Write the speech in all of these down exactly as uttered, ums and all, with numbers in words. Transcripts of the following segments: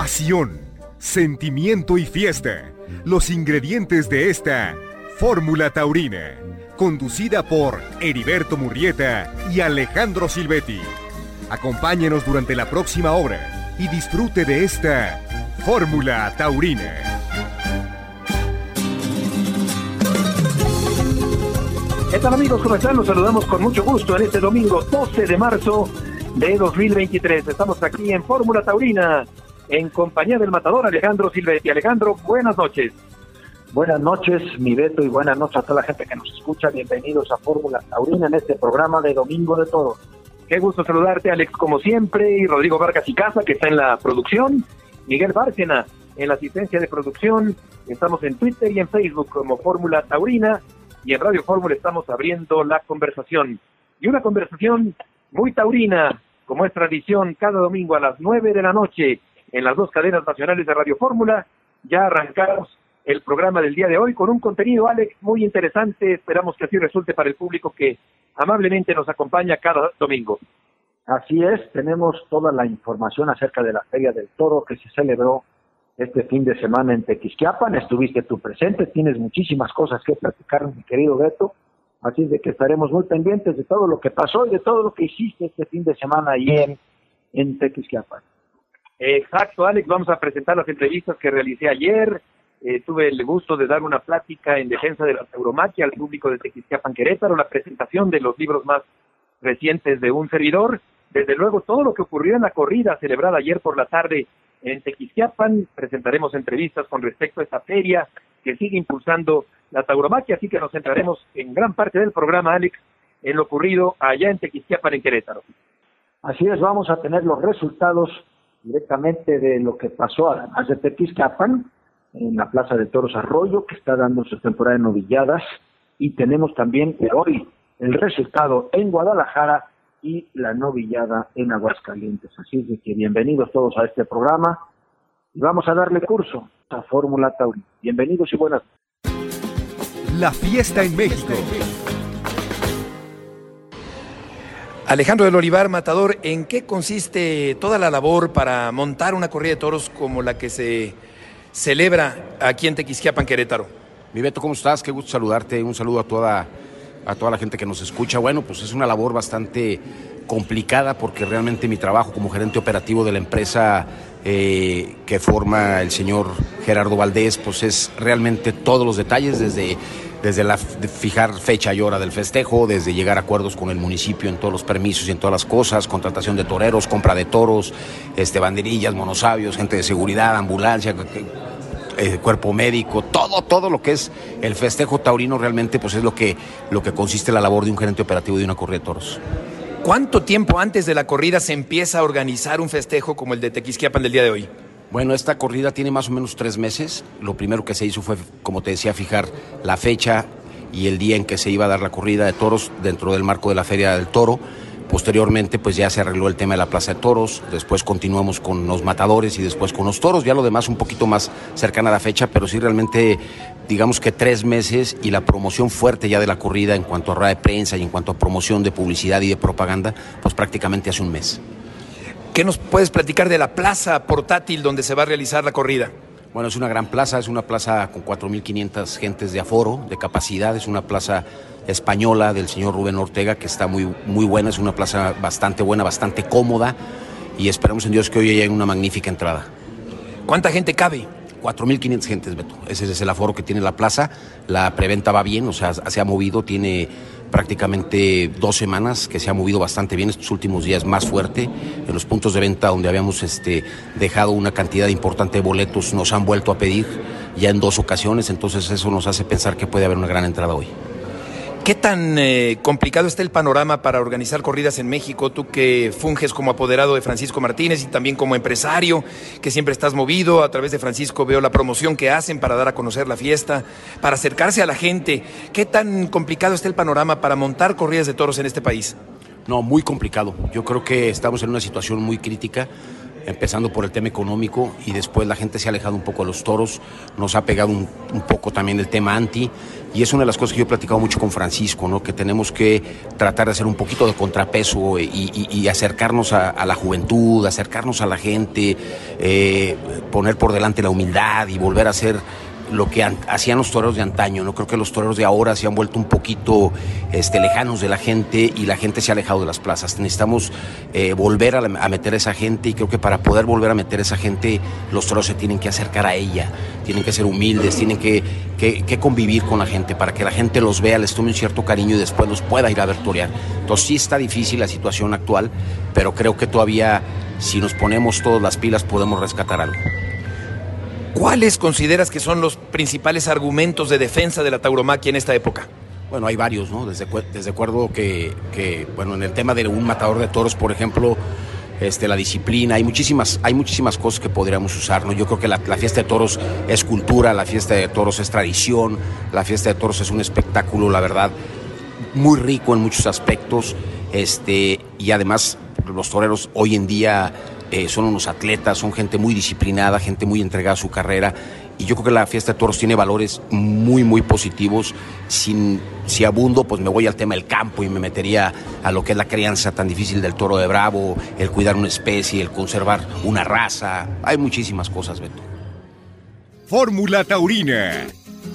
pasión, sentimiento y fiesta. Los ingredientes de esta Fórmula Taurina, conducida por Heriberto Murrieta y Alejandro Silvetti. Acompáñenos durante la próxima hora y disfrute de esta Fórmula Taurina. ¿Qué tal, amigos? ¿Cómo están? Los saludamos con mucho gusto en este domingo doce de marzo de dos mil veintitrés. Estamos aquí en Fórmula Taurina en compañía del matador Alejandro Silvetti. Alejandro, buenas noches. Buenas noches, mi Beto, y buenas noches a toda la gente que nos escucha. Bienvenidos a Fórmula Taurina en este programa de Domingo de Toros. Qué gusto saludarte, Alex, como siempre, y Rodrigo Vargas y Casa, que está en la producción, Miguel Bárcena en la asistencia de producción. Estamos en Twitter y en Facebook como Fórmula Taurina, y en Radio Fórmula estamos abriendo la conversación. Y una conversación muy taurina, como es tradición, cada domingo a las nueve de la noche, en las dos cadenas nacionales de Radio Fórmula. Ya arrancamos el programa del día de hoy con un contenido, Alex, muy interesante. Esperamos que así resulte para el público que amablemente nos acompaña cada domingo. Así es, tenemos toda la información acerca de la Feria del Toro que se celebró este fin de semana en Tequisquiapan. Estuviste tú presente, tienes muchísimas cosas que platicar, mi querido Beto, así de que estaremos muy pendientes de todo lo que pasó y de todo lo que hiciste este fin de semana ahí en, en Tequisquiapan. Exacto, Alex, vamos a presentar las entrevistas que realicé ayer. Eh, tuve el gusto de dar una plática en defensa de la tauromaquia al público de Tequisquiapan, Querétaro, la presentación de los libros más recientes de un servidor. Desde luego, todo lo que ocurrió en la corrida celebrada ayer por la tarde en Tequisquiapan. Presentaremos entrevistas con respecto a esta feria que sigue impulsando la tauromaquia, así que nos centraremos en gran parte del programa, Alex, en lo ocurrido allá en Tequisquiapan, en Querétaro. Así es, vamos a tener los resultados directamente de lo que pasó además de Tequisquiapan, en la Plaza de Toros Arroyo, que está dando su temporada de novilladas, y tenemos también hoy el resultado en Guadalajara y la novillada en Aguascalientes. Así es de que bienvenidos todos a este programa y vamos a darle curso a Fórmula Taurina. Bienvenidos y buenas noches. La fiesta en México. Alejandro del Olivar, matador, ¿en qué consiste toda la labor para montar una corrida de toros como la que se celebra aquí en Tequisquiapan, Querétaro? Mi Beto, ¿cómo estás? Qué gusto saludarte. Un saludo a toda, a toda la gente que nos escucha. Bueno, pues es una labor bastante complicada porque realmente mi trabajo como gerente operativo de la empresa eh, que forma el señor Gerardo Valdés, pues es realmente todos los detalles, desde, desde la, de fijar fecha y hora del festejo, desde llegar a acuerdos con el municipio en todos los permisos y en todas las cosas, contratación de toreros, compra de toros, este, banderillas, monosabios, gente de seguridad, ambulancia, eh, cuerpo médico, todo, todo lo que es el festejo taurino realmente pues es lo que, lo que consiste la labor de un gerente operativo de una corrida de toros. ¿Cuánto tiempo antes de la corrida se empieza a organizar un festejo como el de Tequisquiapan del día de hoy? Bueno, esta corrida tiene más o menos tres meses. Lo primero que se hizo fue, como te decía, fijar la fecha y el día en que se iba a dar la corrida de toros dentro del marco de la Feria del Toro. Posteriormente, pues ya se arregló el tema de la Plaza de Toros, después continuamos con los matadores y después con los toros, ya lo demás un poquito más cercana a la fecha, pero sí realmente, digamos que tres meses y la promoción fuerte ya de la corrida en cuanto a rueda de prensa y en cuanto a promoción de publicidad y de propaganda, pues prácticamente hace un mes. ¿Qué nos puedes platicar de la plaza portátil donde se va a realizar la corrida? Bueno, es una gran plaza, es una plaza con cuatro mil quinientas gentes de aforo, de capacidad, es una plaza española del señor Rubén Ortega que está muy, muy buena, es una plaza bastante buena, bastante cómoda y esperamos en Dios que hoy haya una magnífica entrada. ¿Cuánta gente cabe? cuatro mil quinientas gentes, Beto, ese es el aforo que tiene la plaza, la preventa va bien, o sea, se ha movido, tiene prácticamente dos semanas que se ha movido bastante bien, estos últimos días más fuerte, en los puntos de venta donde habíamos este, dejado una cantidad importante de boletos, nos han vuelto a pedir ya en dos ocasiones, entonces eso nos hace pensar que puede haber una gran entrada hoy. ¿Qué tan eh, complicado está el panorama para organizar corridas en México? Tú que funges como apoderado de Francisco Martínez y también como empresario, que siempre estás movido. A través de Francisco veo la promoción que hacen para dar a conocer la fiesta, para acercarse a la gente. ¿Qué tan complicado está el panorama para montar corridas de toros en este país? No, muy complicado. Yo creo que estamos en una situación muy crítica empezando por el tema económico, y después la gente se ha alejado un poco de los toros, nos ha pegado un, un poco también el tema anti, y es una de las cosas que yo he platicado mucho con Francisco, ¿no? Que tenemos que tratar de hacer un poquito de contrapeso y, y, y acercarnos a, a la juventud, acercarnos a la gente, eh, poner por delante la humildad y volver a hacer lo que an- hacían los toreros de antaño, ¿no? Creo que los toreros de ahora se han vuelto un poquito este, lejanos de la gente, y la gente se ha alejado de las plazas. Necesitamos eh, volver a, la, a meter a esa gente, y creo que para poder volver a meter a esa gente, los toreros se tienen que acercar a ella, tienen que ser humildes, tienen que, que, que convivir con la gente, para que la gente los vea, les tome un cierto cariño y después los pueda ir a ver torear. Entonces sí está difícil la situación actual, pero creo que todavía, si nos ponemos todas las pilas, podemos rescatar algo. ¿Cuáles consideras que son los principales argumentos de defensa de la tauromaquia en esta época? Bueno, hay varios, ¿no? Desde, desde acuerdo que, que, bueno, en el tema de un matador de toros, por ejemplo, este, la disciplina, hay muchísimas, hay muchísimas cosas que podríamos usar, ¿no? Yo creo que la, la fiesta de toros es cultura, la fiesta de toros es tradición, la fiesta de toros es un espectáculo, la verdad, muy rico en muchos aspectos, este, y además los toreros hoy en día eh, son unos atletas, son gente muy disciplinada, gente muy entregada a su carrera, y yo creo que la fiesta de toros tiene valores muy, muy positivos. Sin, si abundo, pues me voy al tema del campo y me metería a lo que es la crianza tan difícil del toro de Bravo, el cuidar una especie, el conservar una raza. Hay muchísimas cosas, Beto. Fórmula Taurina.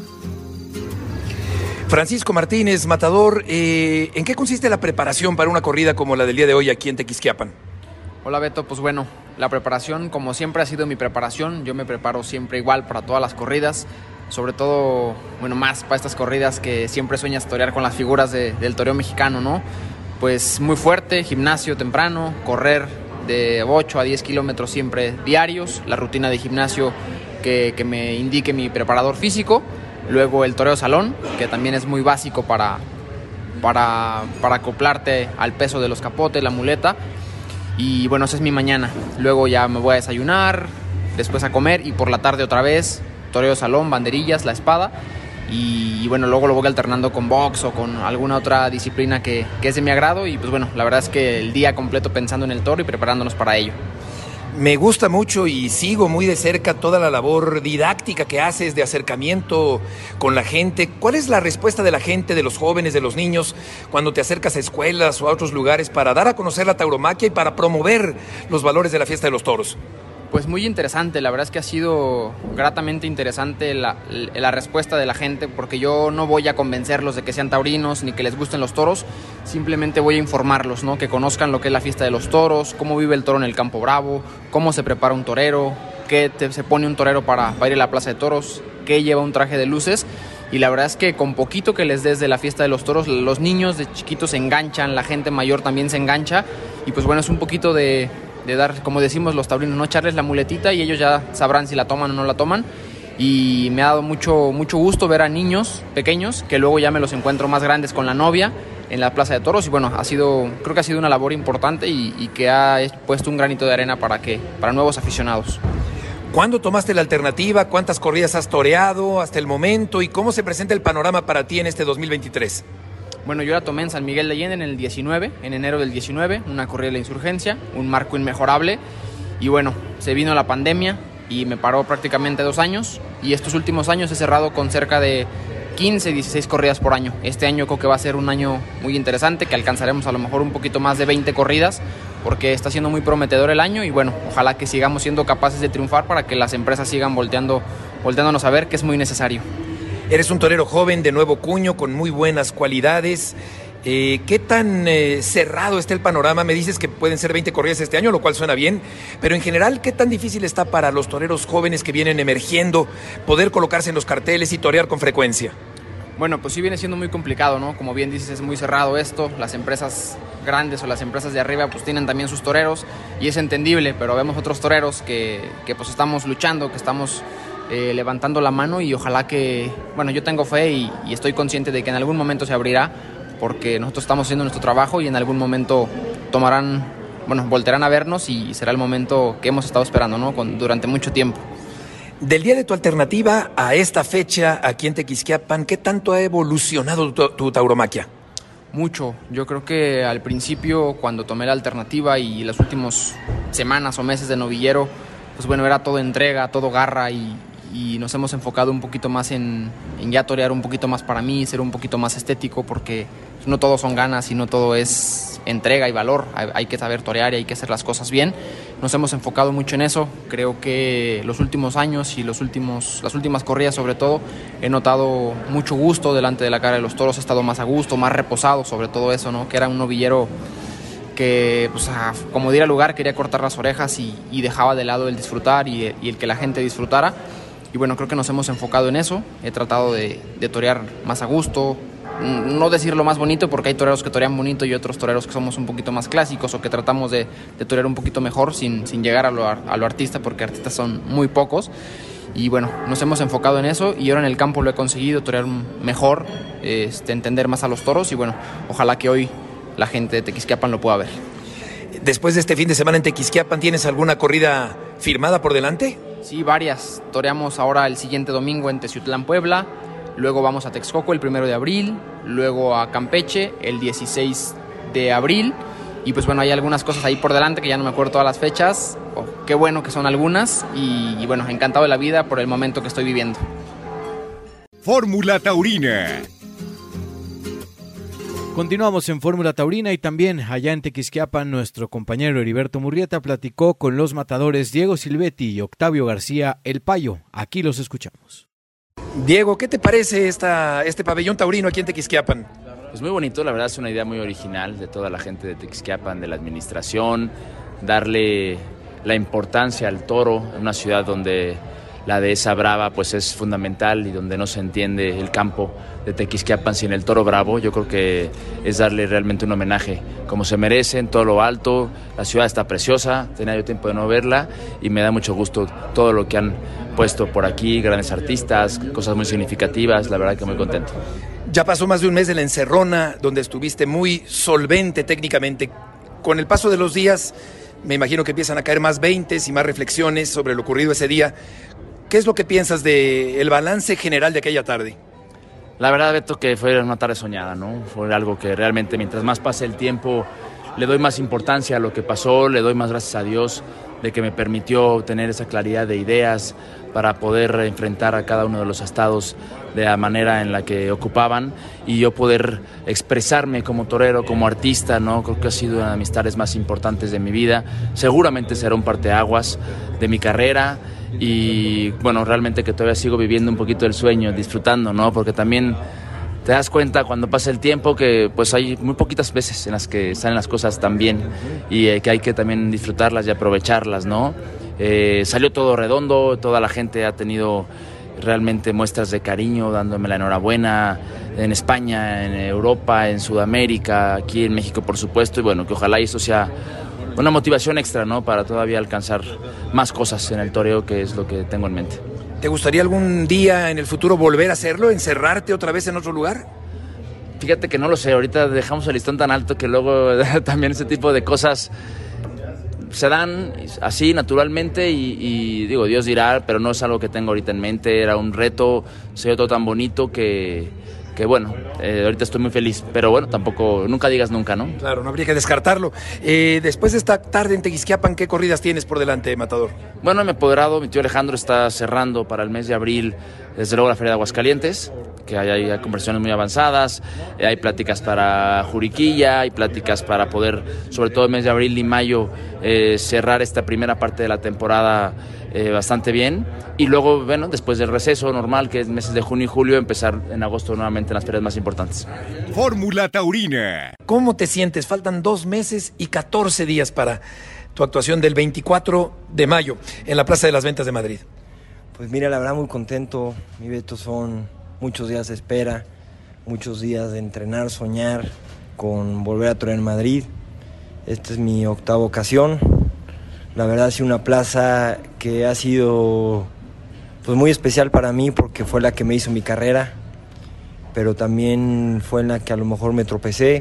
Francisco Martínez, matador, eh, ¿en qué consiste la preparación para una corrida como la del día de hoy aquí en Tequisquiapan? Hola Beto, pues bueno, la preparación como siempre ha sido mi preparación, yo me preparo siempre igual para todas las corridas, sobre todo, bueno, más para estas corridas que siempre sueñas torear con las figuras de, del toreo mexicano, ¿no? Pues muy fuerte, gimnasio temprano, correr de ocho a diez kilómetros siempre diarios, la rutina de gimnasio que, que me indique mi preparador físico, luego el toreo salón, que también es muy básico para, para, para acoplarte al peso de los capotes, la muleta. Y bueno, esa es mi mañana. Luego ya me voy a desayunar, después a comer, y por la tarde otra vez toreo salón, banderillas, la espada. Y bueno, luego lo voy alternando con box o con alguna otra disciplina que, que es de mi agrado. Y pues bueno, la verdad es que el día completo pensando en el toro y preparándonos para ello. Me gusta mucho y sigo muy de cerca toda la labor didáctica que haces de acercamiento con la gente. ¿Cuál es la respuesta de la gente, de los jóvenes, de los niños, cuando te acercas a escuelas o a otros lugares para dar a conocer la tauromaquia y para promover los valores de la fiesta de los toros? Pues muy interesante, la verdad es que ha sido gratamente interesante la, la respuesta de la gente, porque yo no voy a convencerlos de que sean taurinos ni que les gusten los toros, simplemente voy a informarlos, ¿no? Que conozcan lo que es la fiesta de los toros, cómo vive el toro en el campo bravo, cómo se prepara un torero, qué te, se pone un torero para, para ir a la plaza de toros, qué lleva un traje de luces. Y la verdad es que con poquito que les des de la fiesta de los toros, los niños de chiquitos se enganchan, la gente mayor también se engancha, y pues bueno, es un poquito de... de dar, como decimos los taurinos, no echarles la muletita y ellos ya sabrán si la toman o no la toman. Y me ha dado mucho, mucho gusto ver a niños pequeños que luego ya me los encuentro más grandes con la novia en la plaza de toros, y bueno, ha sido, creo que ha sido una labor importante y, y que ha puesto un granito de arena para, que, para nuevos aficionados. ¿Cuándo tomaste la alternativa? ¿Cuántas corridas has toreado hasta el momento? ¿Y cómo se presenta el panorama para ti en este dos mil veintitrés? Bueno, yo la tomé en San Miguel de Allende en el diecinueve, en enero del diecinueve, una corrida de la insurgencia, un marco inmejorable, y bueno, se vino la pandemia y me paró prácticamente dos años, y estos últimos años he cerrado con cerca de quince, dieciséis corridas por año. Este año creo que va a ser un año muy interesante, que alcanzaremos a lo mejor un poquito más de veinte corridas, porque está siendo muy prometedor el año, y bueno, ojalá que sigamos siendo capaces de triunfar para que las empresas sigan volteando, volteándonos a ver, que es muy necesario. Eres un torero joven, de nuevo cuño, con muy buenas cualidades. Eh, ¿Qué tan eh, cerrado está el panorama? Me dices que pueden ser veinte corridas este año, lo cual suena bien, pero en general, ¿qué tan difícil está para los toreros jóvenes que vienen emergiendo poder colocarse en los carteles y torear con frecuencia? Bueno, pues sí viene siendo muy complicado, ¿no? Como bien dices, es muy cerrado esto. Las empresas grandes o las empresas de arriba pues tienen también sus toreros, y es entendible, pero vemos otros toreros que, que pues estamos luchando, que estamos... Eh, levantando la mano, y ojalá que, bueno, yo tengo fe y, y estoy consciente de que en algún momento se abrirá, porque nosotros estamos haciendo nuestro trabajo y en algún momento tomarán, bueno, voltearán a vernos y será el momento que hemos estado esperando, ¿no? Con, durante mucho tiempo. Del día de tu alternativa a esta fecha aquí en Tequisquiapan, ¿qué tanto ha evolucionado tu, tu tauromaquia? Mucho. Yo creo que al principio, cuando tomé la alternativa y las últimas semanas o meses de novillero, pues bueno, era todo entrega, todo garra y, y nos hemos enfocado un poquito más en, en ya torear un poquito más para mí, ser un poquito más estético, porque no todo son ganas y no todo es entrega y valor. Hay, hay que saber torear y hay que hacer las cosas bien. Nos hemos enfocado mucho en eso. Creo que los últimos años y los últimos, las últimas corridas sobre todo, he notado mucho gusto delante de la cara de los toros. He estado más a gusto, más reposado sobre todo eso, ¿no? Que era un novillero que, pues, a, como diera lugar, quería cortar las orejas y, y dejaba de lado el disfrutar y, y el que la gente disfrutara. Y bueno, creo que nos hemos enfocado en eso. He tratado de, de torear más a gusto, no decir lo más bonito, porque hay toreros que torean bonito y otros toreros que somos un poquito más clásicos o que tratamos de, de torear un poquito mejor sin, sin llegar a lo, a lo artista, porque artistas son muy pocos. Y bueno, nos hemos enfocado en eso y ahora en el campo lo he conseguido, torear mejor, este, entender más a los toros y bueno, ojalá que hoy la gente de Tequisquiapan lo pueda ver. Después de este fin de semana en Tequisquiapan, ¿tienes alguna corrida firmada por delante? Sí, varias. Toreamos ahora el siguiente domingo en Teciutlán, Puebla. Luego vamos a Texcoco el primero de abril, luego a Campeche el dieciséis de abril. Y pues bueno, hay algunas cosas ahí por delante que ya no me acuerdo todas las fechas. Oh, qué bueno que son algunas y, y bueno, encantado de la vida por el momento que estoy viviendo. Fórmula Taurina. Continuamos en Fórmula Taurina y también allá en Tequisquiapan nuestro compañero Heriberto Murrieta platicó con los matadores Diego Silvetti y Octavio García El Payo. Aquí los escuchamos. Diego, ¿qué te parece esta, este pabellón taurino aquí en Tequisquiapan? Pues muy bonito, la verdad es una idea muy original de toda la gente de Tequisquiapan, de la administración, darle la importancia al toro en una ciudad donde la dehesa brava pues es fundamental y donde no se entiende el campo de Tequisquiapan sin el toro bravo. Yo creo que es darle realmente un homenaje como se merece en todo lo alto. La ciudad está preciosa, tenía yo tiempo de no verla y me da mucho gusto todo lo que han puesto por aquí, grandes artistas, cosas muy significativas, la verdad que muy contento. Ya pasó más de un mes de la encerrona, donde estuviste muy solvente técnicamente. Con el paso de los días, me imagino que empiezan a caer más veintes y más reflexiones sobre lo ocurrido ese día. ¿Qué es lo que piensas del balance general de aquella tarde? La verdad, Beto, que fue una tarde soñada, ¿no? Fue algo que realmente mientras más pase el tiempo le doy más importancia a lo que pasó, le doy más gracias a Dios de que me permitió tener esa claridad de ideas para poder enfrentar a cada uno de los estados de la manera en la que ocupaban y yo poder expresarme como torero, como artista, ¿no? Creo que ha sido una de mis tardes más importantes de mi vida. Seguramente será un parteaguas de mi carrera y bueno, realmente que todavía sigo viviendo un poquito el sueño, disfrutando, ¿no? Porque también te das cuenta cuando pasa el tiempo que pues hay muy poquitas veces en las que salen las cosas tan bien y eh, que hay que también disfrutarlas y aprovecharlas, ¿no? Eh, salió todo redondo, toda la gente ha tenido realmente muestras de cariño, dándome la enhorabuena en España, en Europa, en Sudamérica, aquí en México por supuesto, y bueno, que ojalá eso sea una motivación extra, ¿no? Para todavía alcanzar más cosas en el toreo, que es lo que tengo en mente. ¿Te gustaría algún día en el futuro volver a hacerlo, encerrarte otra vez en otro lugar? Fíjate que no lo sé, ahorita dejamos el listón tan alto que luego también ese tipo de cosas se dan así naturalmente y, y digo, Dios dirá, pero no es algo que tengo ahorita en mente, era un reto, se dio todo tan bonito que, que bueno, eh, ahorita estoy muy feliz, pero bueno, tampoco, nunca digas nunca, ¿no? Claro, no habría que descartarlo. Eh, después de esta tarde en Tequisquiapan, ¿qué corridas tienes por delante, Matador? Bueno, mi apoderado, mi tío Alejandro está cerrando para el mes de abril, desde luego la Feria de Aguascalientes, que hay, hay conversaciones muy avanzadas, eh, hay pláticas para Juriquilla, hay pláticas para poder, sobre todo el mes de abril y mayo, eh, cerrar esta primera parte de la temporada eh, bastante bien. Y luego, bueno, después del receso normal, que es meses de junio y julio, empezar en agosto nuevamente en las ferias más importantes. Fórmula Taurina. ¿Cómo te sientes? Faltan dos meses y catorce días para tu actuación del veinticuatro de mayo en la Plaza de las Ventas de Madrid. Pues mira, la verdad muy contento, mi Beto, son muchos días de espera, muchos días de entrenar, soñar con volver a torear en Madrid. Esta es mi octava ocasión. La verdad ha sido una plaza que ha sido pues muy especial para mí porque fue la que me hizo mi carrera, pero también fue en la que a lo mejor me tropecé,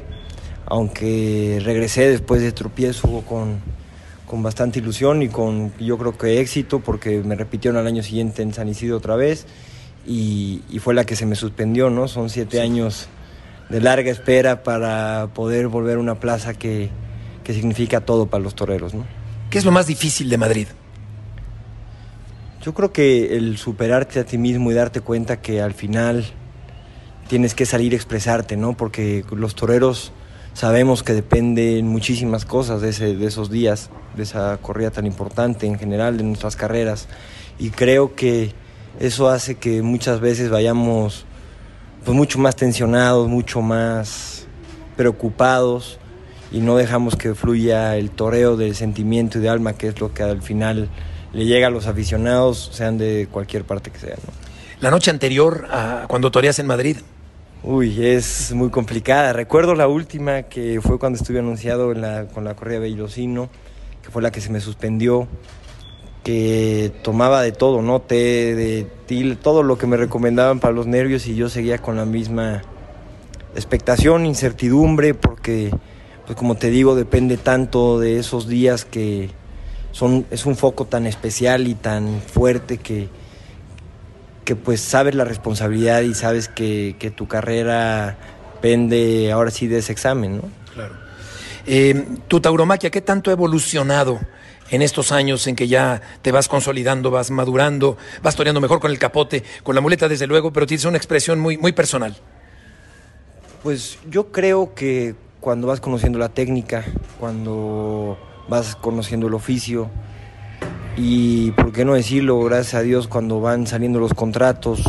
aunque regresé después de tropiezo con, con bastante ilusión y con yo creo que éxito, porque me repitieron al año siguiente en San Isidro otra vez y, y fue la que se me suspendió, ¿no? Son siete sí. años de larga espera para poder volver a una plaza que, que significa todo para los toreros, ¿no? ¿Qué es lo más difícil de Madrid? Yo creo que el superarte a ti mismo y darte cuenta que al final tienes que salir a expresarte, ¿no? Porque los toreros sabemos que dependen muchísimas cosas de, ese, de esos días, de esa corrida tan importante en general de nuestras carreras. Y creo que eso hace que muchas veces vayamos pues mucho más tensionados, mucho más preocupados y no dejamos que fluya el toreo del sentimiento y de alma, que es lo que al final le llega a los aficionados, sean de cualquier parte que sea, ¿no? La noche anterior a cuando toreas en Madrid. Uy, es muy complicada. Recuerdo la última, que fue cuando estuve anunciado en la, con la corrida Vellocino, que fue la que se me suspendió, que tomaba de todo, ¿no? Té, de til, todo lo que me recomendaban para los nervios y yo seguía con la misma expectación, incertidumbre, porque, pues como te digo, depende tanto de esos días que son, es un foco tan especial y tan fuerte que, que pues sabes la responsabilidad y sabes que, que tu carrera pende ahora sí de ese examen, ¿no? Claro. Eh, tu tauromaquia, ¿qué tanto ha evolucionado en estos años en que ya te vas consolidando, vas madurando, vas toreando mejor con el capote, con la muleta desde luego, pero tienes una expresión muy, muy personal? Pues yo creo que cuando vas conociendo la técnica, cuando vas conociendo el oficio y, por qué no decirlo, gracias a Dios, cuando van saliendo los contratos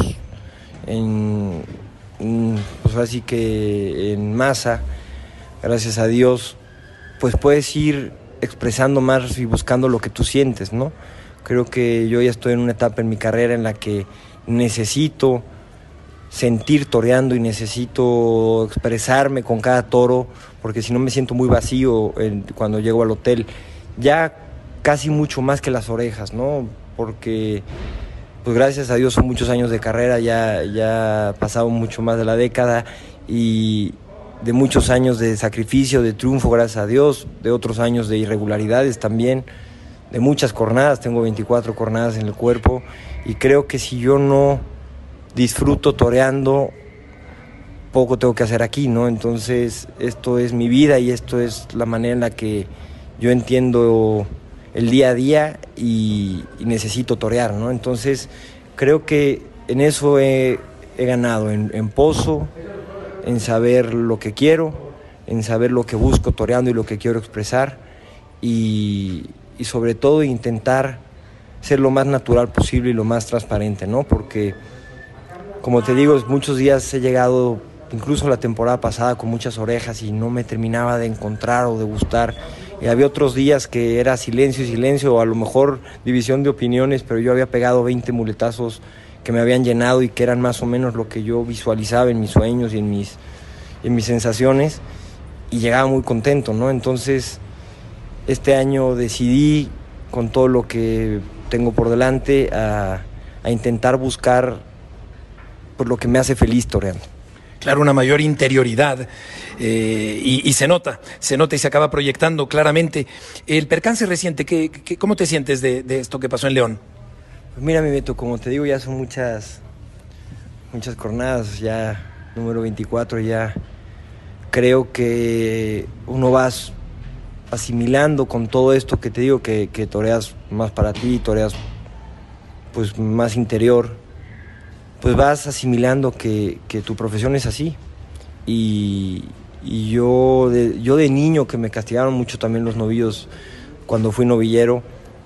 en, pues así que en masa, gracias a Dios, pues puedes ir expresando más y buscando lo que tú sientes, ¿no? Creo que yo ya estoy en una etapa en mi carrera en la que necesito sentir toreando y necesito expresarme con cada toro, porque si no me siento muy vacío en, cuando llego al hotel, ya casi mucho más que las orejas, ¿no? Porque pues gracias a Dios son muchos años de carrera, ya, ya ha pasado mucho más de la década y de muchos años de sacrificio, de triunfo, gracias a Dios, de otros años de irregularidades también, de muchas cornadas, tengo veinticuatro cornadas en el cuerpo y creo que si yo no disfruto toreando, poco tengo que hacer aquí, ¿no? Entonces esto es mi vida y esto es la manera en la que yo entiendo el día a día y, y necesito torear, ¿no? Entonces creo que en eso he, he ganado, en, en pozo, en saber lo que quiero, en saber lo que busco toreando y lo que quiero expresar y, y sobre todo intentar ser lo más natural posible y lo más transparente, ¿no? Porque, como te digo, muchos días he llegado, incluso la temporada pasada, con muchas orejas y no me terminaba de encontrar o de gustar. Y había otros días que era silencio y silencio, o a lo mejor división de opiniones, pero yo había pegado veinte muletazos que me habían llenado y que eran más o menos lo que yo visualizaba en mis sueños y en mis, en mis sensaciones, y llegaba muy contento, ¿no? Entonces, este año decidí, con todo lo que tengo por delante, a, a intentar buscar por lo que me hace feliz toreando. Claro, una mayor interioridad eh, y, y se nota, se nota y se acaba proyectando claramente. El percance reciente, ¿qué, qué, ¿cómo te sientes de, de esto que pasó en León? Pues mira, mi Beto, como te digo, ya son muchas, muchas cornadas, ya número veinticuatro, ya creo que uno va asimilando con todo esto que te digo, que, que toreas más para ti, toreas pues más interior, pues vas asimilando que, que tu profesión es así. Y, y yo, de, yo de niño, que me castigaron mucho también los novillos cuando fui novillero,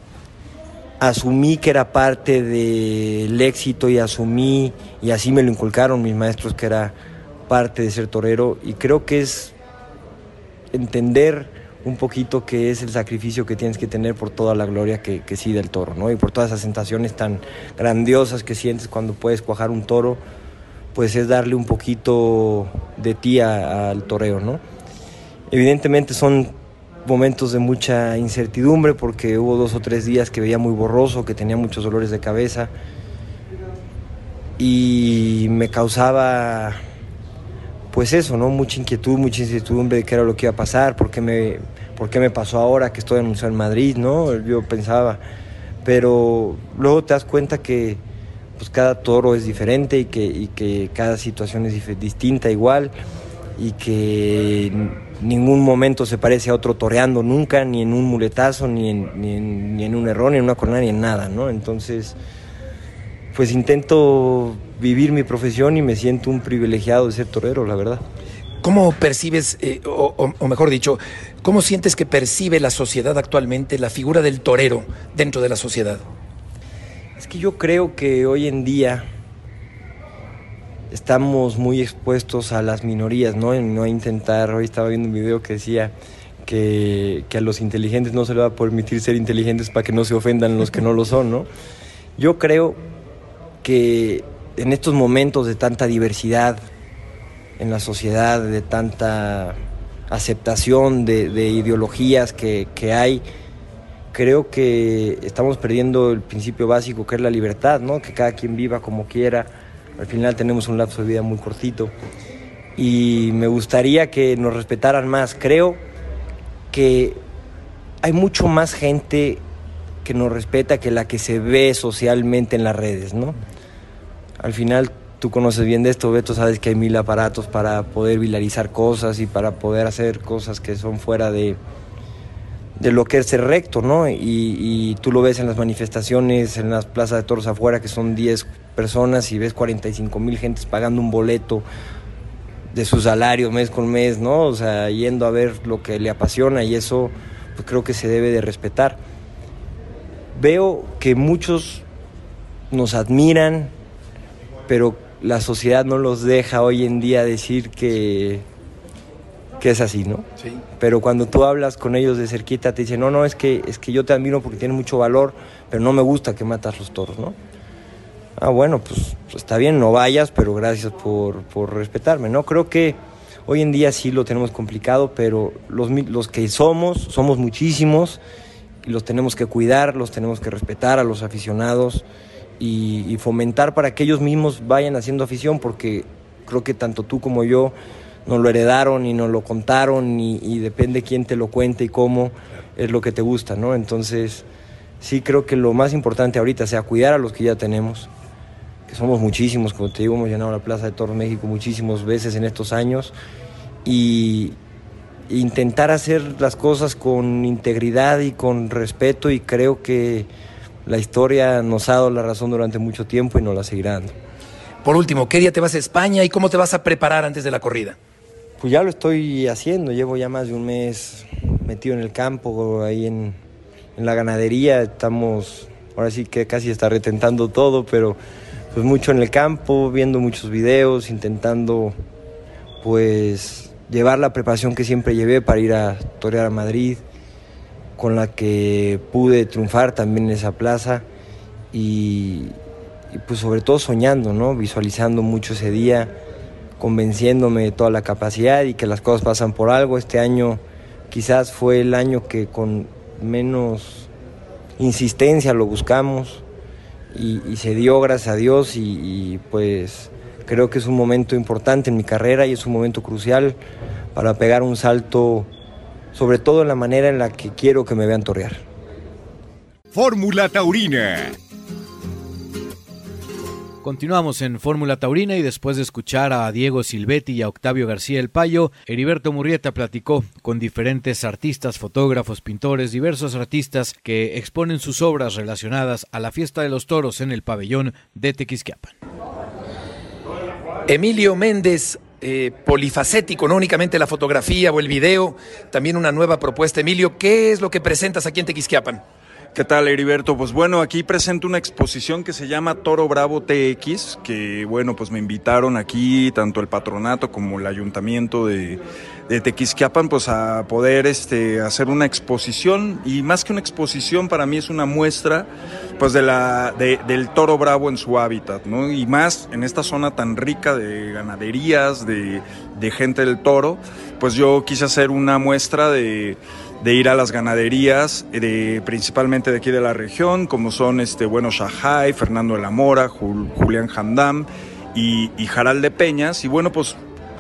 asumí que era parte del éxito y asumí, y así me lo inculcaron mis maestros, que era parte de ser torero, y creo que es entender un poquito qué es el sacrificio que tienes que tener por toda la gloria que, que sí da el toro, ¿no? Y por todas esas sensaciones tan grandiosas que sientes cuando puedes cuajar un toro, pues es darle un poquito de ti a, al toreo, ¿no? Evidentemente son momentos de mucha incertidumbre, porque hubo dos o tres días que veía muy borroso, que tenía muchos dolores de cabeza y me causaba pues eso, ¿no? Mucha inquietud, mucha incertidumbre de qué era lo que iba a pasar, por qué me, por qué me pasó ahora que estoy anunciado en Madrid, ¿no? Yo pensaba, pero luego te das cuenta que pues cada toro es diferente y que, y que cada situación es dif- distinta igual, y que en ningún momento se parece a otro toreando nunca, ni en un muletazo, ni en, ni en, ni en un error, ni en una cornada, ni en nada, ¿no? Entonces, pues intento vivir mi profesión y me siento un privilegiado de ser torero, la verdad. ¿Cómo percibes, eh, o, o, o mejor dicho, cómo sientes que percibe la sociedad actualmente la figura del torero dentro de la sociedad? Es que yo creo que hoy en día estamos muy expuestos a las minorías, ¿no? En no intentar, hoy estaba viendo un video que decía que, que a los inteligentes no se les va a permitir ser inteligentes para que no se ofendan los que no lo son, ¿no? Yo creo que en estos momentos de tanta diversidad en la sociedad, de tanta aceptación de, de ideologías que, que hay, creo que estamos perdiendo el principio básico, que es la libertad, ¿no? Que cada quien viva como quiera. Al final tenemos un lapso de vida muy cortito y me gustaría que nos respetaran más. Creo que hay mucho más gente que nos respeta que la que se ve socialmente en las redes, ¿no? Al final tú conoces bien de esto, Beto, sabes que hay mil aparatos para poder viralizar cosas y para poder hacer cosas que son fuera de, de lo que es ser recto, ¿no? Y, y tú lo ves en las manifestaciones, en las plazas de toros afuera, que son diez personas y ves cuarenta y cinco mil gentes pagando un boleto de su salario mes con mes, ¿no? O sea, yendo a ver lo que le apasiona, y eso pues creo que se debe de respetar. Veo que muchos nos admiran, pero la sociedad no los deja hoy en día decir que, que es así, ¿no? Sí. Pero cuando tú hablas con ellos de cerquita te dicen, no, no, es que, es que yo te admiro porque tienes mucho valor, pero no me gusta que matas los toros, ¿no? Ah, bueno, pues, pues está bien, no vayas, pero gracias por, por respetarme, ¿no? Creo que hoy en día sí lo tenemos complicado, pero los, los que somos, somos muchísimos, y los tenemos que cuidar, los tenemos que respetar a los aficionados, Y, y fomentar para que ellos mismos vayan haciendo afición, porque creo que tanto tú como yo nos lo heredaron y nos lo contaron, y, y depende quién te lo cuente y cómo es lo que te gusta, ¿no? Entonces sí creo que lo más importante ahorita sea cuidar a los que ya tenemos, que somos muchísimos, como te digo, hemos llenado la Plaza de Toros México muchísimas veces en estos años, y intentar hacer las cosas con integridad y con respeto, y creo que la historia nos ha dado la razón durante mucho tiempo y nos la seguirá dando. Por último, ¿qué día te vas a España y cómo te vas a preparar antes de la corrida? Pues ya lo estoy haciendo, llevo ya más de un mes metido en el campo, ahí en, en la ganadería. Estamos, ahora sí que casi está retentando todo, pero pues mucho en el campo, viendo muchos videos, intentando pues llevar la preparación que siempre llevé para ir a torear a Madrid, con la que pude triunfar también en esa plaza, y, y pues sobre todo soñando, ¿no? Visualizando mucho ese día, convenciéndome de toda la capacidad y que las cosas pasan por algo. Este año quizás fue el año que con menos insistencia lo buscamos, y, y se dio, gracias a Dios, y, y pues creo que es un momento importante en mi carrera y es un momento crucial para pegar un salto, sobre todo en la manera en la que quiero que me vean torear. Fórmula Taurina. Continuamos en Fórmula Taurina, y después de escuchar a Diego Silvetti y a Octavio García El Payo, Heriberto Murrieta platicó con diferentes artistas, fotógrafos, pintores, diversos artistas que exponen sus obras relacionadas a la fiesta de los toros en el pabellón de Tequisquiapan. Emilio Méndez, eh, polifacético, no únicamente la fotografía o el video, también una nueva propuesta. Emilio, ¿qué es lo que presentas aquí en Tequisquiapan? ¿Qué tal, Heriberto? Pues bueno, aquí presento una exposición que se llama Toro Bravo T X, que bueno, pues me invitaron aquí, tanto el patronato como el ayuntamiento de, de Tequisquiapan, pues a poder este, hacer una exposición, y más que una exposición, para mí es una muestra pues de la, de, del toro bravo en su hábitat, ¿no? Y más en esta zona tan rica de ganaderías, de, de gente del toro, pues yo quise hacer una muestra de... de ir a las ganaderías, de, principalmente de aquí de la región, como son este, bueno, Shahai, Fernando de la Mora, Jul, Julián Jandam y, y Jaral de Peñas, y bueno, pues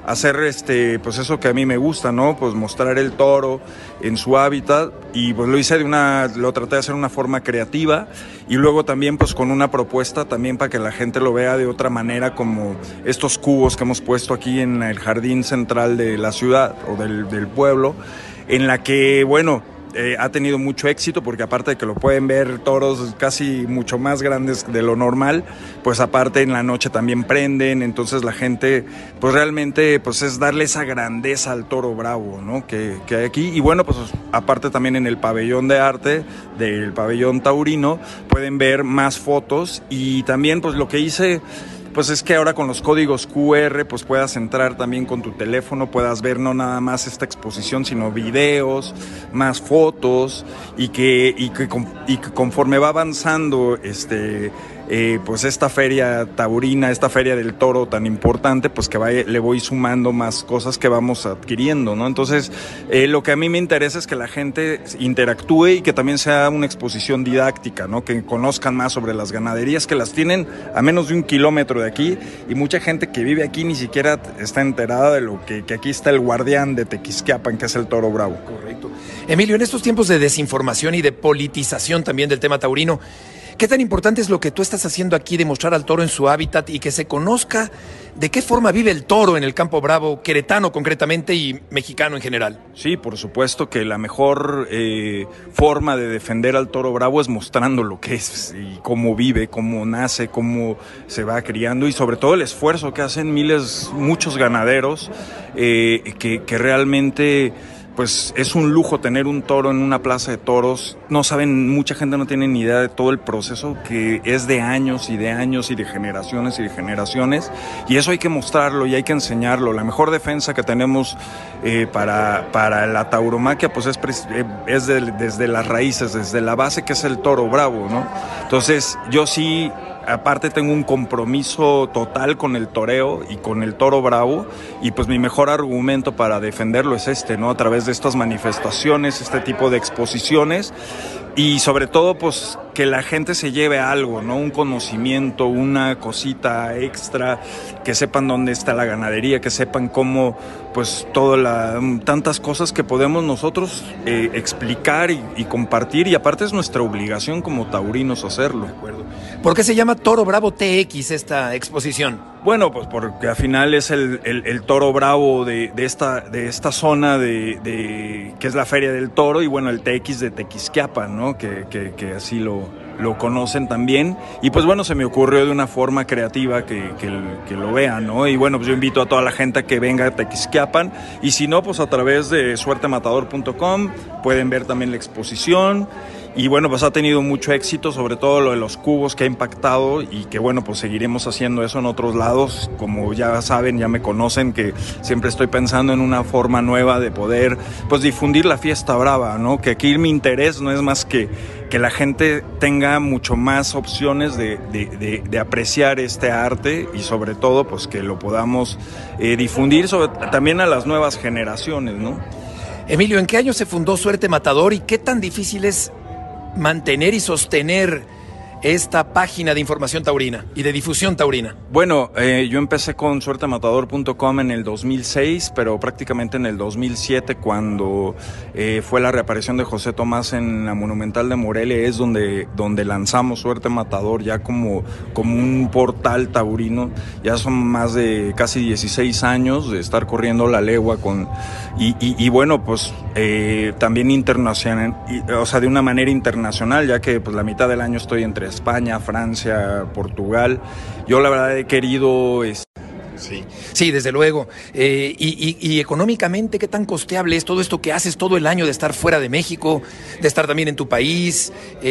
hacer este, pues eso que a mí me gusta, ¿no? Pues mostrar el toro en su hábitat, y pues lo hice de una, lo traté de hacer de una forma creativa, y luego también pues con una propuesta también para que la gente lo vea de otra manera, como estos cubos que hemos puesto aquí en el jardín central de la ciudad o del, del pueblo, en la que, bueno, Eh, ha tenido mucho éxito, porque aparte de que lo pueden ver toros casi mucho más grandes de lo normal, pues aparte en la noche también prenden, entonces la gente pues realmente pues es darle esa grandeza al toro bravo, ¿no? que, que hay aquí. Y bueno, pues aparte también en el pabellón de arte del pabellón taurino pueden ver más fotos, y también pues lo que hice pues es que ahora con los códigos Q R pues puedas entrar también con tu teléfono, puedas ver no nada más esta exposición, sino videos, más fotos, y que, y que, y que conforme va avanzando este eh, pues esta feria taurina, esta feria del toro tan importante, pues que vaya, le voy sumando más cosas que vamos adquiriendo, ¿no? Entonces eh, lo que a mí me interesa es que la gente interactúe y que también sea una exposición didáctica, ¿no? Que conozcan más sobre las ganaderías, que las tienen a menos de un kilómetro de aquí, y mucha gente que vive aquí ni siquiera está enterada de lo que, que aquí está el guardián de Tequisquiapan, que es el toro bravo. Correcto. Emilio, en estos tiempos de desinformación y de politización también del tema taurino, ¿qué tan importante es lo que tú estás haciendo aquí de mostrar al toro en su hábitat y que se conozca de qué forma vive el toro en el campo bravo, queretano concretamente y mexicano en general? Sí, por supuesto que la mejor eh, forma de defender al toro bravo es mostrando lo que es y cómo vive, cómo nace, cómo se va criando, y sobre todo el esfuerzo que hacen miles, muchos ganaderos eh, que, que realmente... pues es un lujo tener un toro en una plaza de toros. No saben, mucha gente no tiene ni idea de todo el proceso que es de años y de años y de generaciones y de generaciones, y eso hay que mostrarlo y hay que enseñarlo. La mejor defensa que tenemos eh, para, para la tauromaquia pues es, es de, desde las raíces, desde la base, que es el toro bravo, ¿no? Entonces yo sí, aparte tengo un compromiso total con el toreo y con el toro bravo, y pues mi mejor argumento para defenderlo es este, ¿no? A través de estas manifestaciones, este tipo de exposiciones, y sobre todo pues que la gente se lleve algo, ¿no? Un conocimiento, una cosita extra, que sepan dónde está la ganadería, que sepan cómo, pues toda la, tantas cosas que podemos nosotros eh, explicar y, y compartir, y aparte es nuestra obligación como taurinos hacerlo. De acuerdo. ¿Por qué se llama Toro Bravo T X esta exposición? Bueno, pues porque al final es el, el, el toro bravo de, de, esta, de esta zona de, de que es la Feria del Toro, y bueno, el T X de Tequisquiapan, ¿no? Que, que, que así lo, lo conocen también, y pues bueno, se me ocurrió de una forma creativa que, que, que lo vean, ¿no? Y bueno, pues yo invito a toda la gente a que venga a Tequisquiapan, y si no, pues a través de suerte matador punto com pueden ver también la exposición. Y bueno, pues ha tenido mucho éxito, sobre todo lo de los cubos, que ha impactado, y que bueno, pues seguiremos haciendo eso en otros lados. Como ya saben, ya me conocen, que siempre estoy pensando en una forma nueva de poder pues difundir la fiesta brava, ¿no? Que aquí mi interés no es más que que la gente tenga mucho más opciones de, de, de, de apreciar este arte, y sobre todo pues que lo podamos eh, difundir sobre, también a las nuevas generaciones, ¿no? Emilio, ¿en qué año se fundó Suerte Matador y qué tan difícil es mantener y sostener esta página de información taurina y de difusión taurina? Bueno, eh, yo empecé con suerte matador punto com en el dos mil seis, pero prácticamente en el dos mil siete, cuando eh, fue la reaparición de José Tomás en la Monumental de Morelia, es donde, donde lanzamos Suerte Matador ya como, como un portal taurino. Ya son más de casi dieciséis años de estar corriendo la legua con, y, y, y bueno, pues eh, también internacional, y, o sea, de una manera internacional, ya que pues la mitad del año estoy entre España, Francia, Portugal. Yo la verdad he querido... Sí, sí, desde luego. Eh, y, y, y económicamente, ¿qué tan costeable es todo esto que haces todo el año de estar fuera de México, de estar también en tu país?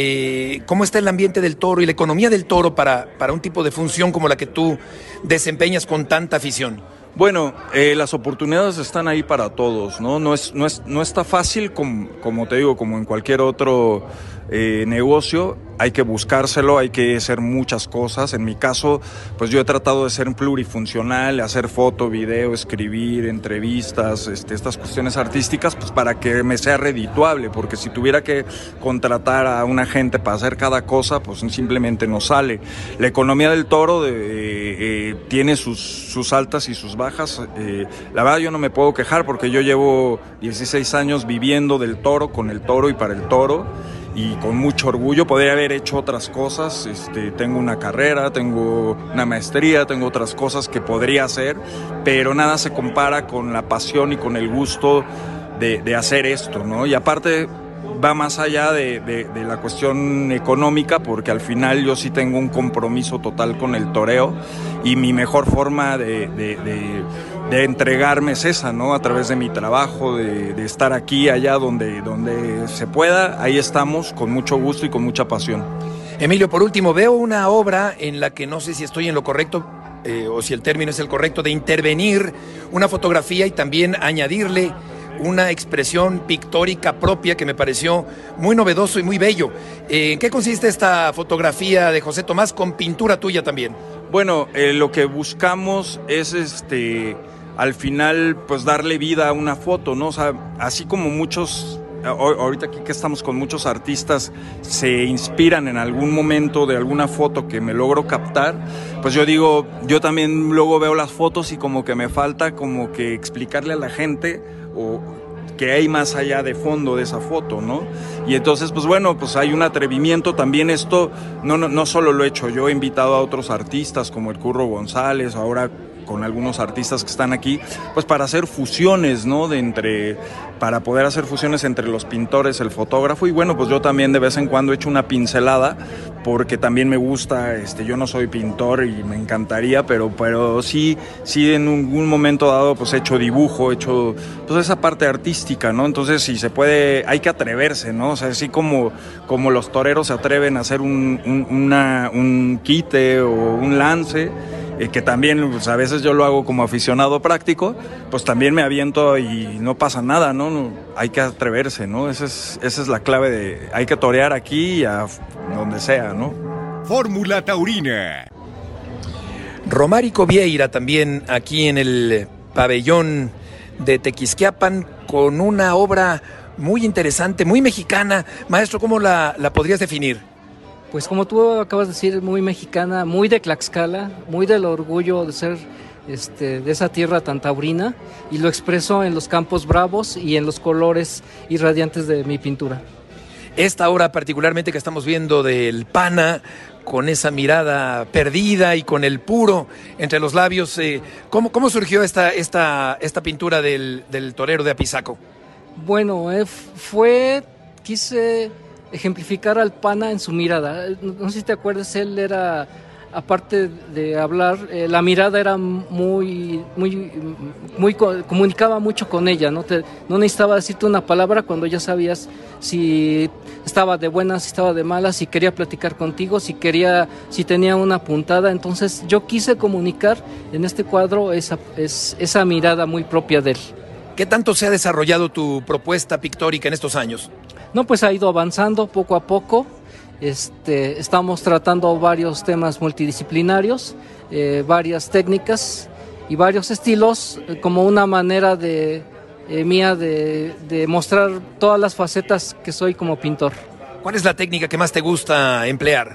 Eh, ¿Cómo está el ambiente del toro y la economía del toro para, para un tipo de función como la que tú desempeñas con tanta afición? Bueno, eh, las oportunidades están ahí para todos, ¿no? No es, no es, no está fácil, como, como te digo, como en cualquier otro eh, negocio. Hay que buscárselo, hay que hacer muchas cosas. En mi caso, pues yo he tratado de ser plurifuncional, hacer foto, video, escribir, entrevistas, este, estas cuestiones artísticas, pues para que me sea redituable, porque si tuviera que contratar a una gente para hacer cada cosa, pues simplemente no sale. La economía del toro de, eh, tiene sus, sus altas y sus bajas. Eh, la verdad yo no me puedo quejar porque yo llevo dieciséis años viviendo del toro, con el toro y para el toro, y con mucho orgullo. Podría haber hecho otras cosas, este, tengo una carrera, tengo una maestría, tengo otras cosas que podría hacer, pero nada se compara con la pasión y con el gusto de, de hacer esto, ¿no? Y aparte va más allá de, de, de la cuestión económica, porque al final yo sí tengo un compromiso total con el toreo, y mi mejor forma de, de, de, de entregarme es esa, ¿no? A través de mi trabajo, de, de estar aquí, allá, donde, donde se pueda, ahí estamos, con mucho gusto y con mucha pasión. Emilio, por último, veo una obra en la que no sé si estoy en lo correcto, eh, o si el término es el correcto, de intervenir una fotografía y también añadirle una expresión pictórica propia que me pareció muy novedoso y muy bello. ¿En qué consiste esta fotografía de José Tomás con pintura tuya también? Bueno, eh, lo que buscamos es, este, al final, pues darle vida a una foto, ¿no? O sea, así como muchos, ahorita aquí que estamos con muchos artistas, se inspiran en algún momento de alguna foto que me logro captar, pues yo digo, yo también luego veo las fotos y como que me falta como que explicarle a la gente o que hay más allá de fondo de esa foto, ¿no? Y entonces, pues bueno, pues hay un atrevimiento también. Esto no, no, no solo lo he hecho yo, he invitado a otros artistas como el Curro González, ahora con algunos artistas que están aquí, pues para hacer fusiones, ¿no? De entre, para poder hacer fusiones entre los pintores, el fotógrafo, y bueno, pues yo también de vez en cuando he hecho una pincelada, porque también me gusta, este, yo no soy pintor y me encantaría, pero, pero sí, sí en un momento dado pues he hecho dibujo, he hecho pues esa parte artística, ¿no? Entonces si se puede, hay que atreverse, ¿no? O sea, así como, como los toreros se atreven a hacer un, un, una, un quite o un lance, eh, que también pues, a veces yo lo hago como aficionado práctico, pues también me aviento y no pasa nada, ¿no? no hay que atreverse, ¿no? Esa es, esa es la clave de, hay que torear aquí y a donde sea, ¿no? Fórmula Taurina. Romárico Vieira también aquí en el pabellón de Tequisquiapan con una obra muy interesante, muy mexicana. Maestro, ¿cómo la, la podrías definir? Pues como tú acabas de decir, muy mexicana, muy de Tlaxcala, muy del orgullo de ser este, de esa tierra tan taurina, y lo expreso en los campos bravos y en los colores irradiantes de mi pintura. Esta obra particularmente que estamos viendo del pana, con esa mirada perdida y con el puro entre los labios, eh, ¿cómo, ¿cómo surgió esta, esta, esta pintura del, del torero de Apizaco? Bueno, eh, fue, quise ejemplificar al pana en su mirada. No sé si te acuerdas, él era, aparte de hablar, eh, la mirada era muy, muy, muy, comunicaba mucho con ella, ¿no? Te, no necesitaba decirte una palabra cuando ya sabías si estaba de buenas, si estaba de malas, si quería platicar contigo, si quería, si tenía una puntada. Entonces yo quise comunicar en este cuadro esa, es, esa mirada muy propia de él. ¿Qué tanto se ha desarrollado tu propuesta pictórica en estos años? No, pues ha ido avanzando poco a poco. Este, estamos tratando varios temas multidisciplinarios, eh, varias técnicas y varios estilos, eh, como una manera de, eh, mía de, de mostrar todas las facetas que soy como pintor. ¿Cuál es la técnica que más te gusta emplear?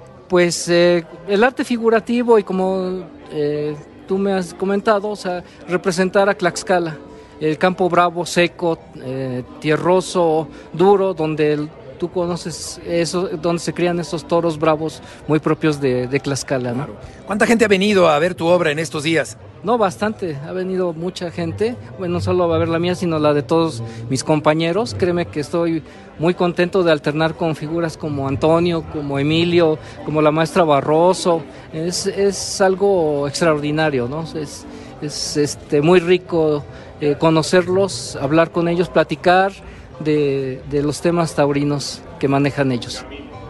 Pues eh, el arte figurativo y como eh, tú me has comentado, o sea, representar a Tlaxcala. El campo bravo, seco, eh, tierroso, duro, donde el, tú conoces eso, donde se crían estos toros bravos muy propios de, de Tlaxcala, ¿no? ¿Cuánta gente ha venido a ver tu obra en estos días? No, bastante, ha venido mucha gente, bueno, no solo a ver la mía, sino la de todos mis compañeros. Créeme que estoy muy contento de alternar con figuras como Antonio, como Emilio, como la maestra Barroso. Es, es algo extraordinario, ¿no? Es, es este, muy rico eh, conocerlos, hablar con ellos, platicar de, de los temas taurinos que manejan ellos.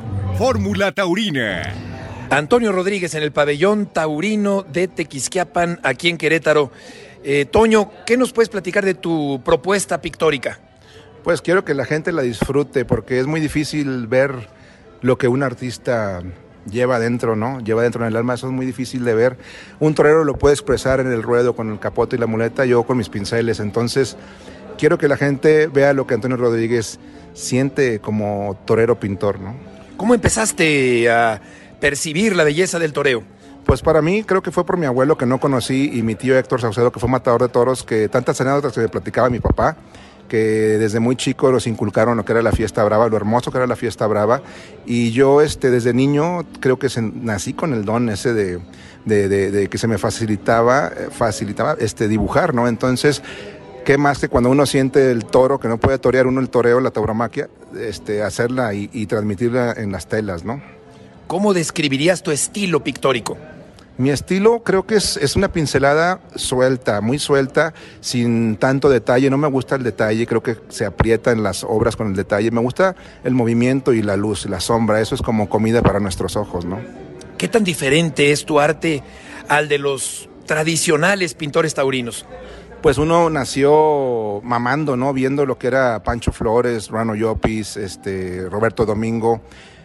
Fórmula Taurina. Antonio Rodríguez en el pabellón taurino de Tequisquiapan, aquí en Querétaro. Eh, Toño, ¿qué nos puedes platicar de tu propuesta pictórica? Pues quiero que la gente la disfrute, porque es muy difícil ver lo que un artista lleva dentro, ¿no? Lleva dentro en el alma, eso es muy difícil de ver. Un torero lo puede expresar en el ruedo con el capote y la muleta, yo con mis pinceles. Entonces, quiero que la gente vea lo que Antonio Rodríguez siente como torero pintor, ¿no? ¿Cómo empezaste a percibir la belleza del toreo? Pues para mí creo que fue por mi abuelo que no conocí y mi tío Héctor Saucedo, que fue matador de toros, que tantas anécdotas que me platicaba mi papá, que desde muy chico los inculcaron lo que era la fiesta brava, lo hermoso que era la fiesta brava, y yo este, desde niño creo que se, nací con el don ese de, de, de, de que se me facilitaba, facilitaba este, dibujar, ¿no? Entonces, qué más que cuando uno siente el toro, que no puede torear uno el toreo, la tauromaquia, este, hacerla y, y transmitirla en las telas, ¿no? ¿Cómo describirías tu estilo pictórico? Mi estilo creo que es, es una pincelada suelta, muy suelta, sin tanto detalle. No me gusta el detalle, creo que se aprieta en las obras con el detalle. Me gusta el movimiento y la luz, la sombra. Eso es como comida para nuestros ojos, ¿no? ¿Qué tan diferente es tu arte al de los tradicionales pintores taurinos? Pues uno nació mamando, ¿no? Viendo lo que era Pancho Flores, Ruano Llopis, este, Roberto Domingo.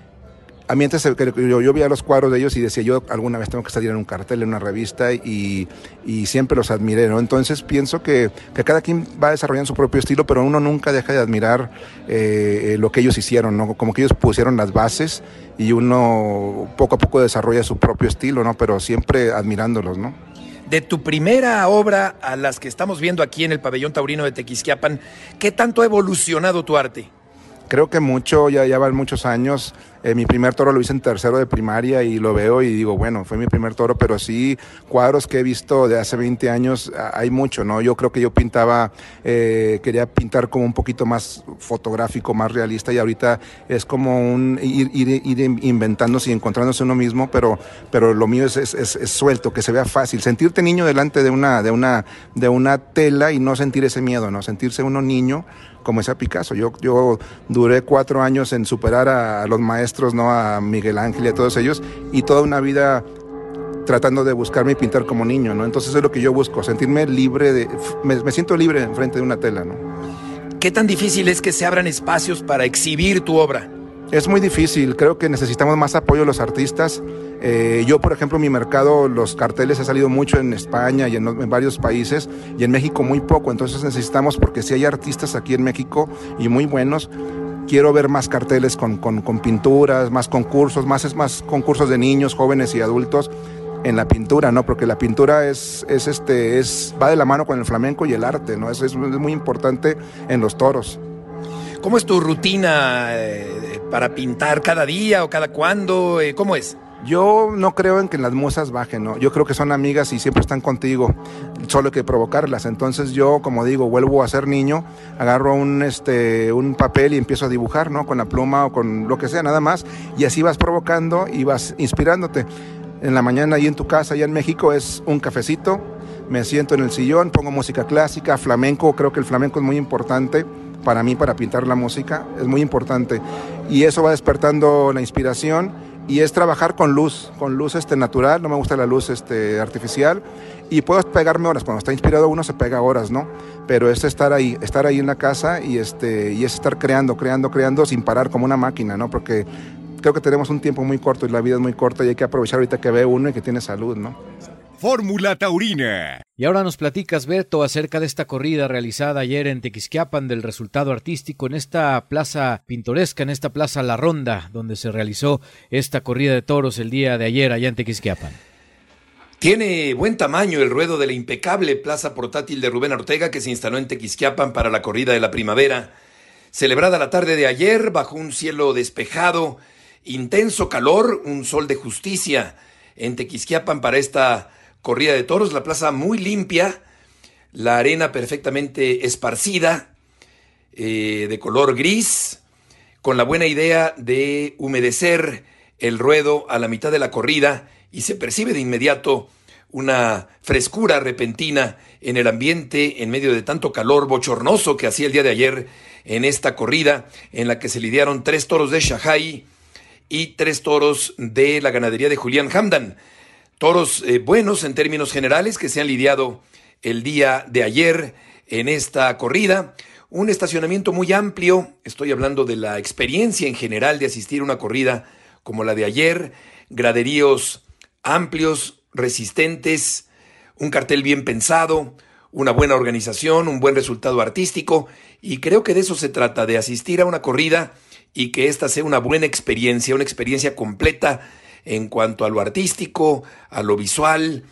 A mí antes yo, yo veía los cuadros de ellos y decía, yo alguna vez tengo que salir en un cartel, en una revista, y, y siempre los admiré, ¿no? Entonces pienso que, que cada quien va desarrollando su propio estilo, pero uno nunca deja de admirar eh, lo que ellos hicieron, ¿no? Como que ellos pusieron las bases y uno poco a poco desarrolla su propio estilo, ¿no? Pero siempre admirándolos, ¿no? De tu primera obra a las que estamos viendo aquí en el pabellón taurino de Tequisquiapan, ¿qué tanto ha evolucionado tu arte? Creo que mucho, ya, ya van muchos años. Eh, mi primer toro lo hice en tercero de primaria y lo veo y digo, bueno, fue mi primer toro, pero sí, cuadros que he visto de hace veinte años, hay mucho, ¿no? Yo creo que yo pintaba, eh, quería pintar como un poquito más fotográfico, más realista, y ahorita es como un ir, ir, ir inventándose y encontrándose uno mismo, pero, pero lo mío es, es, es, es suelto, que se vea fácil. Sentirte niño delante de una, de una, de una tela y no sentir ese miedo, ¿no? Sentirse uno niño, como ese Picasso. Yo, yo duré cuatro años en superar a, a los maestros, ¿no? A Miguel Ángel y a todos ellos, y toda una vida tratando de buscarme y pintar como niño, ¿no? Entonces es lo que yo busco, sentirme libre, de, me, me siento libre enfrente de una tela, ¿no? ¿Qué tan difícil es que se abran espacios para exhibir tu obra? Es muy difícil, creo que necesitamos más apoyo de los artistas. Eh, yo, por ejemplo, mi mercado, los carteles ha salido mucho en España y en, en varios países, y en México muy poco, entonces necesitamos, porque si hay artistas aquí en México y muy buenos, quiero ver más carteles con, con, con pinturas, más concursos, más, más concursos de niños, jóvenes y adultos en la pintura, ¿no? Porque la pintura es, es este, es, va de la mano con el flamenco y el arte, ¿no? Es, es muy importante en los toros. ¿Cómo es tu rutina eh, para pintar cada día o cada cuándo? Eh, ¿Cómo es? Yo no creo en que las musas bajen, ¿no? Yo creo que son amigas y siempre están contigo, solo hay que provocarlas. Entonces yo, como digo, vuelvo a ser niño, agarro un, este, un papel y empiezo a dibujar, ¿no? Con la pluma o con lo que sea, nada más, y así vas provocando y vas inspirándote. En la mañana ahí en tu casa, allá en México, es un cafecito, me siento en el sillón, pongo música clásica, flamenco, creo que el flamenco es muy importante para mí, para pintar la música, es muy importante. Y eso va despertando la inspiración, y es trabajar con luz, con luz este, natural, no me gusta la luz este, artificial, y puedo pegarme horas, cuando está inspirado uno se pega horas, ¿no? Pero es estar ahí, estar ahí en la casa y, este, y es estar creando, creando, creando sin parar como una máquina, ¿no? Porque creo que tenemos un tiempo muy corto y la vida es muy corta y hay que aprovechar ahorita que ve uno y que tiene salud, ¿no? Fórmula Taurina. Y ahora nos platicas, Beto, acerca de esta corrida realizada ayer en Tequisquiapan, del resultado artístico en esta plaza pintoresca, en esta plaza La Ronda, donde se realizó esta corrida de toros el día de ayer allá en Tequisquiapan. Tiene buen tamaño el ruedo de la impecable plaza portátil de Rubén Ortega, que se instaló en Tequisquiapan para la corrida de la primavera, celebrada la tarde de ayer bajo un cielo despejado, intenso calor, un sol de justicia en Tequisquiapan para esta corrida de toros. La plaza muy limpia, la arena perfectamente esparcida, eh, de color gris, con la buena idea de humedecer el ruedo a la mitad de la corrida, y se percibe de inmediato una frescura repentina en el ambiente en medio de tanto calor bochornoso que hacía el día de ayer en esta corrida, en la que se lidiaron tres toros de Shanghái y tres toros de la ganadería de Julián Hamdan. Toros eh, buenos en términos generales que se han lidiado el día de ayer en esta corrida. Un estacionamiento muy amplio, estoy hablando de la experiencia en general de asistir a una corrida como la de ayer, graderíos amplios, resistentes, un cartel bien pensado, una buena organización, un buen resultado artístico, y creo que de eso se trata, de asistir a una corrida y que esta sea una buena experiencia, una experiencia completa en cuanto a lo artístico, a lo visual,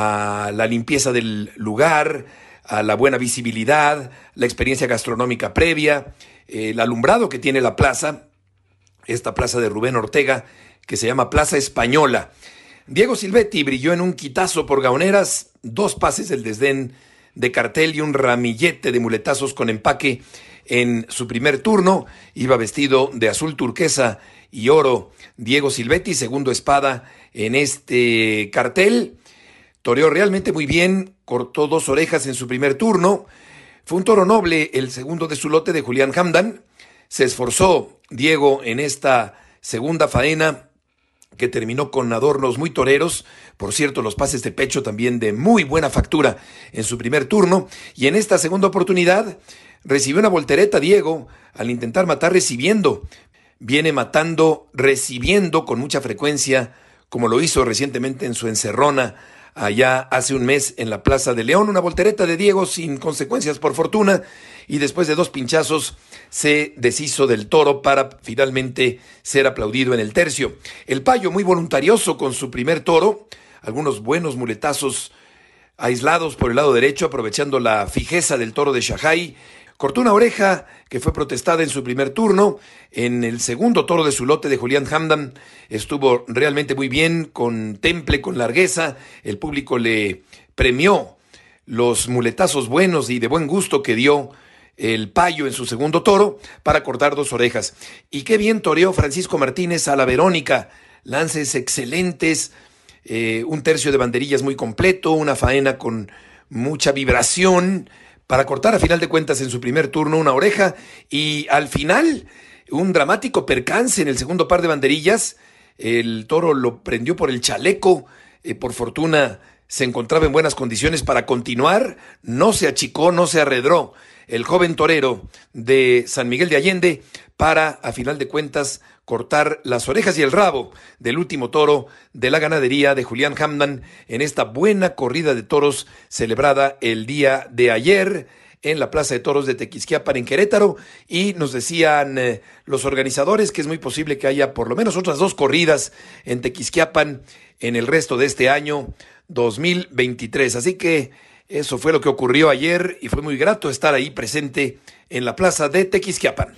a la limpieza del lugar, a la buena visibilidad, la experiencia gastronómica previa, el alumbrado que tiene la plaza, esta plaza de Rubén Ortega, que se llama Plaza Española. Diego Silvetti brilló en un quitazo por Gaoneras, dos pases del desdén de cartel y un ramillete de muletazos con empaque en su primer turno. Iba vestido de azul turquesa y oro Diego Silvetti, segundo espada en este cartel. Toreó realmente muy bien, cortó dos orejas en su primer turno. Fue un toro noble, el segundo de su lote de Julián Hamdan. Se esforzó Diego en esta segunda faena, que terminó con adornos muy toreros. Por cierto, los pases de pecho también de muy buena factura en su primer turno. Y en esta segunda oportunidad recibió una voltereta Diego al intentar matar recibiendo. Viene matando recibiendo con mucha frecuencia, como lo hizo recientemente en su encerrona allá hace un mes en la Plaza de León. Una voltereta de Diego sin consecuencias por fortuna, y después de dos pinchazos se deshizo del toro para finalmente ser aplaudido en el tercio. El Payo muy voluntarioso con su primer toro, algunos buenos muletazos aislados por el lado derecho, aprovechando la fijeza del toro de Shanghái. Cortó una oreja que fue protestada en su primer turno. En el segundo toro de su lote de Julián Hamdan estuvo realmente muy bien, con temple, con largueza. El público le premió los muletazos buenos y de buen gusto que dio el Payo en su segundo toro para cortar dos orejas. Y qué bien toreó Francisco Martínez a la Verónica. Lances excelentes, eh, un tercio de banderillas muy completo, una faena con mucha vibración, para cortar a final de cuentas en su primer turno una oreja, y al final un dramático percance en el segundo par de banderillas. El toro lo prendió por el chaleco, eh, por fortuna se encontraba en buenas condiciones para continuar, no se achicó, no se arredró el joven torero de San Miguel de Allende para, a final de cuentas, cortar las orejas y el rabo del último toro de la ganadería de Julián Hamdan en esta buena corrida de toros celebrada el día de ayer en la Plaza de Toros de Tequisquiapan en Querétaro. Y nos decían eh, los organizadores que es muy posible que haya por lo menos otras dos corridas en Tequisquiapan en el resto de este año dos mil veintitrés. Así que eso fue lo que ocurrió ayer y fue muy grato estar ahí presente en la Plaza de Tequisquiapan.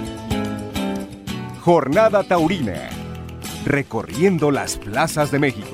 Jornada Taurina, recorriendo las plazas de México.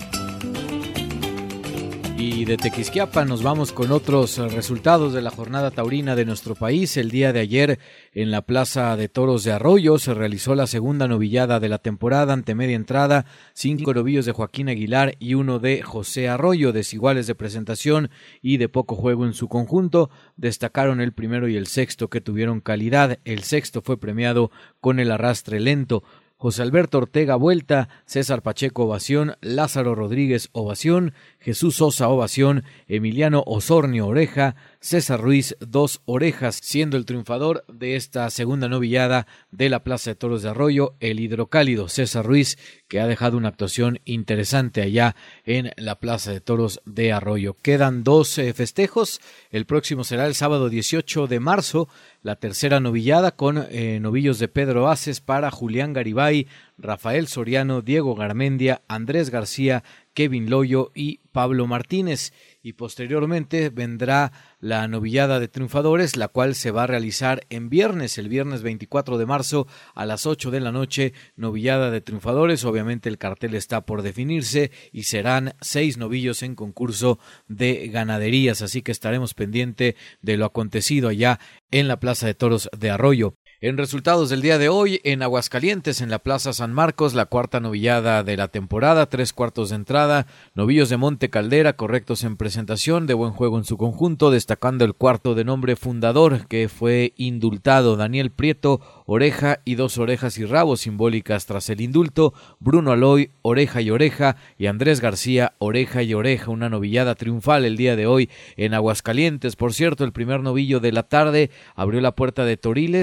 Y de Tequisquiapan nos vamos con otros resultados de la jornada taurina de nuestro país. El día de ayer en la Plaza de Toros de Arroyo se realizó la segunda novillada de la temporada ante media entrada, cinco novillos de Joaquín Aguilar y uno de José Arroyo, desiguales de presentación y de poco juego en su conjunto. Destacaron el primero y el sexto, que tuvieron calidad. El sexto fue premiado con el arrastre lento. José Alberto Ortega vuelta, César Pacheco ovación, Lázaro Rodríguez ovación, Jesús Sosa ovación, Emiliano Osornio oreja, César Ruiz dos orejas, siendo el triunfador de esta segunda novillada de la Plaza de Toros de Arroyo el hidrocálido César Ruiz, que ha dejado una actuación interesante allá en la Plaza de Toros de Arroyo. Quedan dos eh, festejos. El próximo será el sábado dieciocho de marzo, la tercera novillada con eh, novillos de Pedro Aces para Julián Garibay, Rafael Soriano, Diego Garmendia, Andrés García, Kevin Loyo y Pablo Martínez. Y posteriormente vendrá la novillada de triunfadores, la cual se va a realizar en viernes, el viernes veinticuatro de marzo a las ocho de la noche, novillada de triunfadores. Obviamente el cartel está por definirse y serán seis novillos en concurso de ganaderías, así que estaremos pendiente de lo acontecido allá en la Plaza de Toros de Arroyo. En resultados del día de hoy, en Aguascalientes, en la Plaza San Marcos, la cuarta novillada de la temporada, tres cuartos de entrada, novillos de Monte Caldera, correctos en presentación, de buen juego en su conjunto, destacando el cuarto de nombre Fundador, que fue indultado, Daniel Prieto, oreja y dos orejas y rabos simbólicas tras el indulto, Bruno Aloy, oreja y oreja, y Andrés García, oreja y oreja, una novillada triunfal el día de hoy en Aguascalientes. Por cierto, el primer novillo de la tarde abrió la puerta de Toriles y se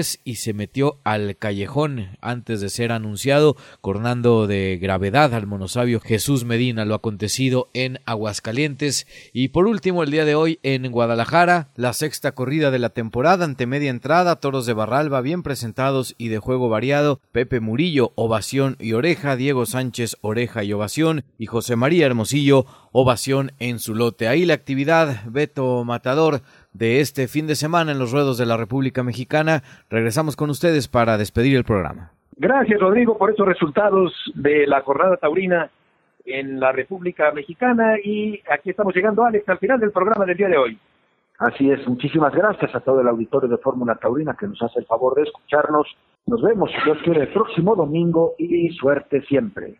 se metió al callejón antes de ser anunciado, coronando de gravedad al monosabio Jesús Medina, lo acontecido en Aguascalientes. Y por último, el día de hoy en Guadalajara, la sexta corrida de la temporada ante media entrada, toros de Barralba bien presentados y de juego variado, Pepe Murillo, ovación y oreja, Diego Sánchez, oreja y ovación, y José María Hermosillo, ovación en su lote. Ahí la actividad, Beto Matador, de este fin de semana en los ruedos de la República Mexicana. Regresamos con ustedes para despedir el programa. Gracias, Rodrigo, por esos resultados de la jornada taurina en la República Mexicana. Y aquí estamos llegando, Alex, al final del programa del día de hoy. Así es, muchísimas gracias a todo el auditorio de Fórmula Taurina que nos hace el favor de escucharnos. Nos vemos, si Dios quiere, el próximo domingo y suerte siempre.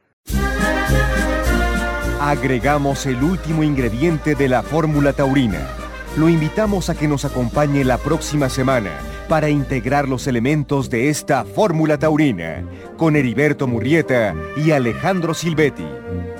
Agregamos el último ingrediente de la Fórmula Taurina. Lo invitamos a que nos acompañe la próxima semana para integrar los elementos de esta Fórmula Taurina con Heriberto Murrieta y Alejandro Silvetti.